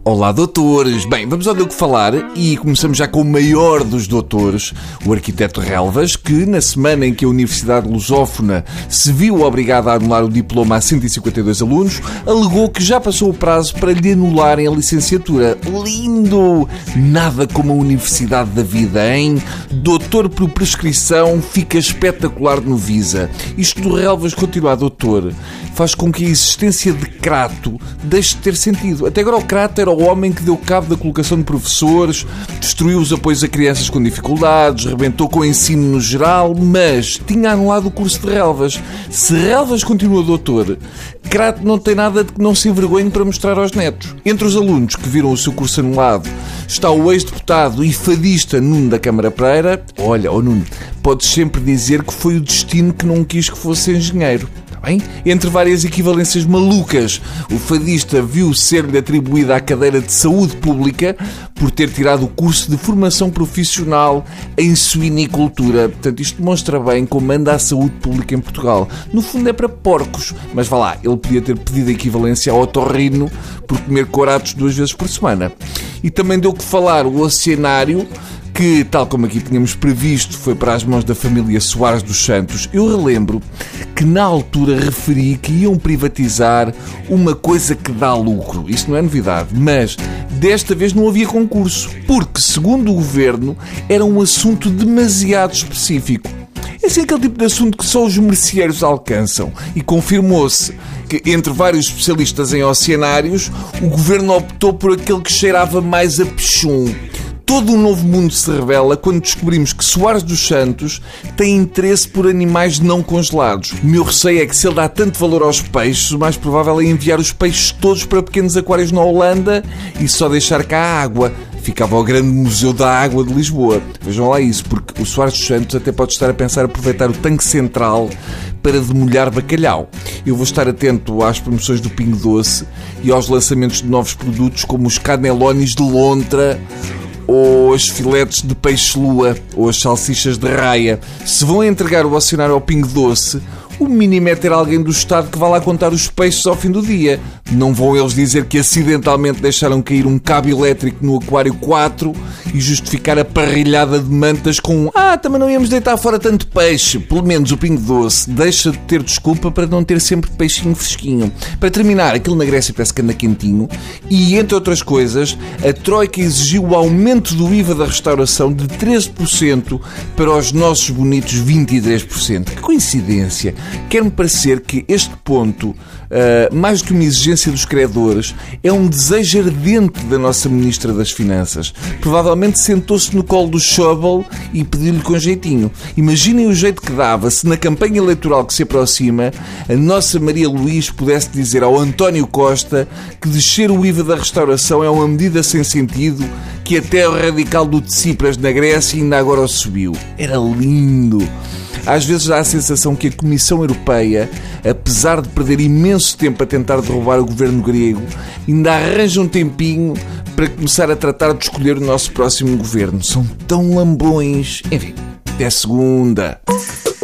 Olá, doutores! Bem, vamos ao do que falar e começamos já com o maior dos doutores, o arquiteto Relvas, que na semana em que a Universidade Lusófona se viu obrigada a anular o diploma a 152 alunos, alegou que já passou o prazo para lhe anularem a licenciatura. Lindo! Nada como a Universidade da Vida, hein? Doutor por prescrição fica espetacular no Visa. Isto do Relvas continuar doutor faz com que a existência de Crato deixe de ter sentido. Até agora o Crato era o homem que deu cabo da colocação de professores, destruiu os apoios a crianças com dificuldades, rebentou com o ensino no geral, mas tinha anulado o curso de Relvas. Se Relvas continua doutor, Crato não tem nada de que não se envergonhe para mostrar aos netos. Entre os alunos que viram o seu curso anulado está o ex-deputado e fadista Nuno da Câmara Pereira. Olha, Nuno, podes sempre dizer que foi o destino que não quis que fosse engenheiro. Bem, entre várias equivalências malucas, o fadista viu ser-lhe atribuída a cadeira de saúde pública por ter tirado o curso de formação profissional em suinicultura. Portanto, isto demonstra bem como anda a saúde pública em Portugal. No fundo é para porcos, mas vá lá, ele podia ter pedido a equivalência ao otorrino por comer coratos 2 vezes por semana. E também deu que falar o Oceanário, que, tal como aqui tínhamos previsto, foi para as mãos da família Soares dos Santos. Eu relembro que na altura referi que iam privatizar uma coisa que dá lucro. Isso não é novidade, mas desta vez não havia concurso, porque, segundo o governo, era um assunto demasiado específico. É assim aquele tipo de assunto que só os merceeiros alcançam. E confirmou-se que, entre vários especialistas em oceanários, o governo optou por aquele que cheirava mais a pechum. Todo um novo mundo se revela quando descobrimos que Soares dos Santos tem interesse por animais não congelados. O meu receio é que, se ele dá tanto valor aos peixes, o mais provável é enviar os peixes todos para pequenos aquários na Holanda e só deixar cá a água. Ficava ao grande Museu da Água de Lisboa. Vejam lá isso, porque o Soares dos Santos até pode estar a pensar aproveitar o tanque central para demolhar bacalhau. Eu vou estar atento às promoções do Pingo Doce e aos lançamentos de novos produtos como os canelones de lontra, ou as filetes de peixe-lua, ou as salsichas de raia. Se vão entregar o Oceanário ao Pingo Doce, o mínimo é ter alguém do Estado que vá lá contar os peixes ao fim do dia. Não vão eles dizer que acidentalmente deixaram cair um cabo elétrico no Aquário 4 e justificar a parrilhada de mantas com também não íamos deitar fora tanto peixe. Pelo menos o Pingo Doce deixa de ter desculpa para não ter sempre peixinho fresquinho. Para terminar, aquilo na Grécia parece que anda quentinho e, entre outras coisas, a Troika exigiu o aumento do IVA da restauração de 13% para os nossos bonitos 23%. Que coincidência! Quer-me parecer que este ponto, mais do que uma exigência dos credores, é um desejo ardente da nossa Ministra das Finanças. Provavelmente sentou-se no colo do Schäuble e pediu-lhe com jeitinho. Imaginem o jeito que dava se na campanha eleitoral que se aproxima a nossa Maria Luís pudesse dizer ao António Costa que descer o IVA da restauração é uma medida sem sentido que até o radical do Tsipras na Grécia ainda agora o subiu. Era lindo! Às vezes dá a sensação que a Comissão Europeia, apesar de perder imenso tempo a tentar derrubar o governo grego, ainda arranja um tempinho para começar a tratar de escolher o nosso próximo governo. São tão lambões. Enfim, até segunda.